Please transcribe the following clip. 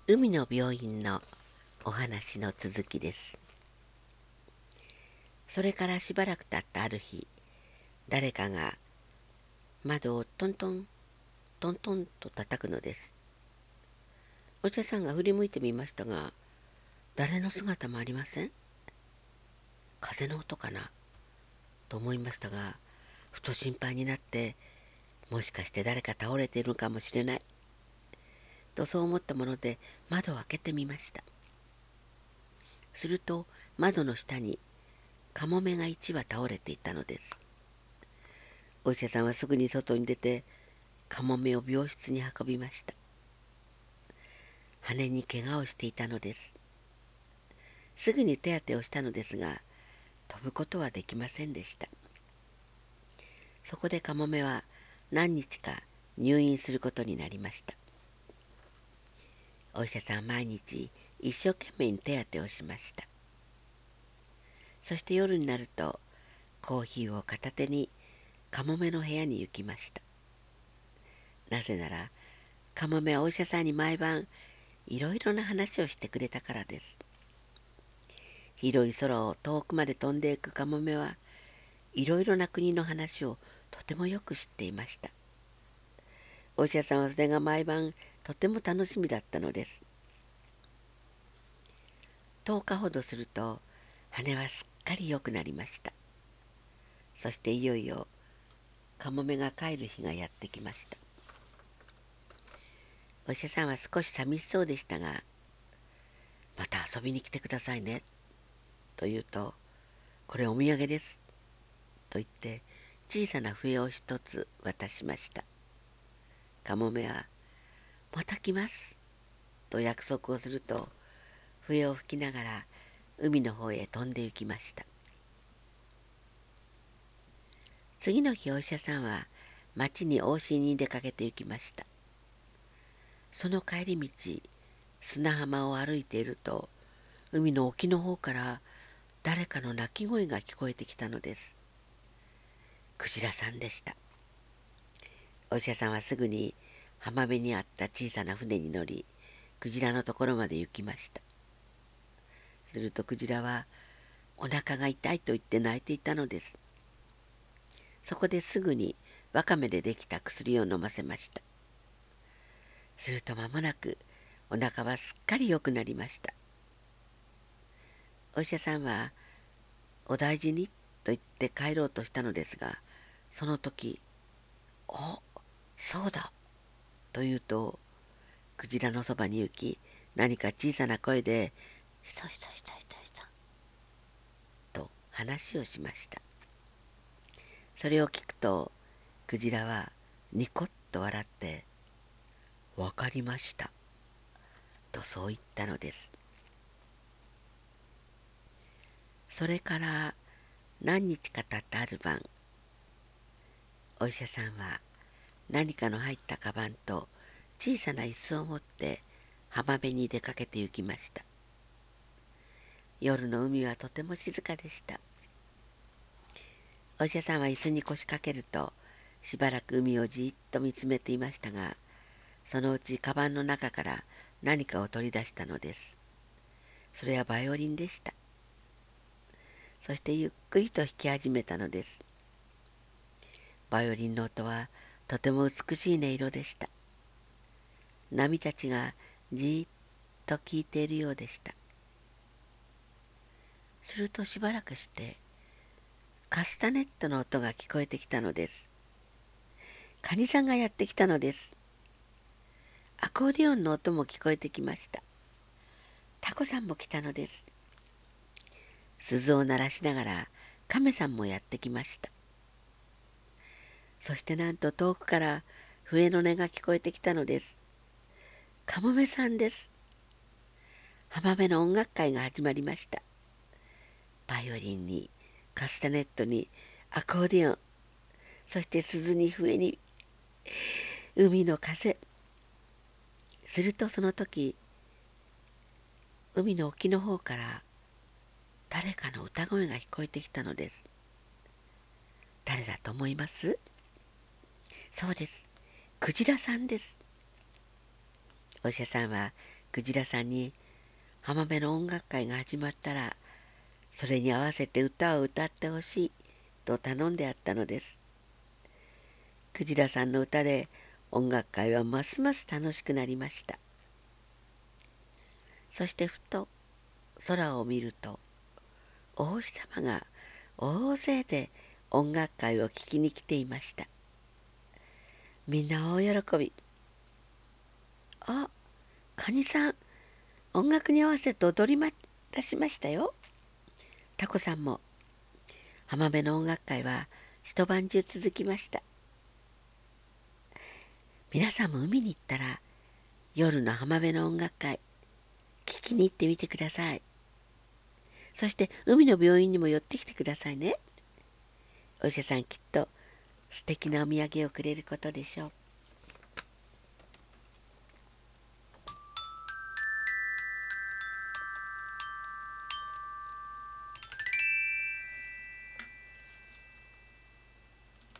海の病院のお話の続きです。それからしばらく経ったある日、誰かが窓をトントントントンと叩くのです。お医者さんが振り向いてみましたが、誰の姿もありません。風の音かなと思いましたが、ふと心配になって、もしかして誰か倒れているのかもしれないとそう思ったもので窓を開けてみました。すると窓の下にカモメが一羽倒れていたのです。お医者さんはすぐに外に出てカモメを病室に運びました。羽に怪我をしていたのです。すぐに手当てをしたのですが、飛ぶことはできませんでした。そこでカモメは何日か入院することになりました。お医者さんは毎日一生懸命に手当てをしました。そして夜になるとコーヒーを片手にカモメの部屋に行きました。なぜならカモメはお医者さんに毎晩いろいろな話をしてくれたからです。広い空を遠くまで飛んでいくカモメはいろいろな国の話をとてもよく知っていました。お医者さんはそれが毎晩とても楽しみだったのです。10日ほどすると羽はすっかり良くなりました。そしていよいよカモメが帰る日がやってきました。お医者さんは少し寂しそうでしたが、また遊びに来てくださいねと言うと、これお土産ですと言って小さな笛を一つ渡しました。カモメはまた来ますと約束をすると、笛を吹きながら海の方へ飛んで行きました。次の日お医者さんは町に往診に出かけて行きました。その帰り道、砂浜を歩いていると、海の沖の方から誰かの鳴き声が聞こえてきたのです。クジラさんでした。お医者さんはすぐに浜辺にあった小さな船に乗り、クジラのところまで行きました。するとクジラはお腹が痛いと言って泣いていたのです。そこですぐにワカメでできた薬を飲ませました。すると間もなくお腹はすっかり良くなりました。お医者さんはお大事にと言って帰ろうとしたのですが、その時、お、そうだと言うと、クジラのそばに行き、何か小さな声で、ひそひそひそひそひそと話をしました。それを聞くと、クジラはニコッと笑って、わかりました、とそう言ったのです。それから何日か経ったある晩、お医者さんは何かの入ったカバンと小さな椅子を持って浜辺に出かけて行きました。夜の海はとても静かでした。お医者さんは椅子に腰掛けるとしばらく海をじっと見つめていましたが、そのうちカバンの中から何かを取り出したのです。それはバイオリンでした。そしてゆっくりと弾き始めたのです。バイオリンの音はとても美しい音色でした。波たちがじっと聞いているようでした。するとしばらくしてカスタネットの音が聞こえてきたのです。カニさんがやってきたのです。アコーディオンの音も聞こえてきました。タコさんも来たのです。鈴を鳴らしながらカメさんもやってきました。そしてなんと遠くから笛の音が聞こえてきたのです。カモメさんです。浜辺の音楽会が始まりました。バイオリンにカスタネットにアコーディオン、そして鈴に笛に海の風。するとその時、海の沖の方から誰かの歌声が聞こえてきたのです。誰だと思います？そうです。クジラさんです。お医者さんはクジラさんに浜辺の音楽会が始まったらそれに合わせて歌を歌ってほしいと頼んであったのです。クジラさんの歌で音楽会はますます楽しくなりました。そしてふと空を見るとお星様が大勢で音楽会を聴きに来ていました。みんな大喜び。あ、カニさん、音楽に合わせて踊り出しましたよ。タコさんも。浜辺の音楽会は一晩中続きました。皆さんも海に行ったら夜の浜辺の音楽会聞きに行ってみてください。そして海の病院にも寄ってきてくださいね。お医者さんきっと素敵なお土産をくれることでしょう。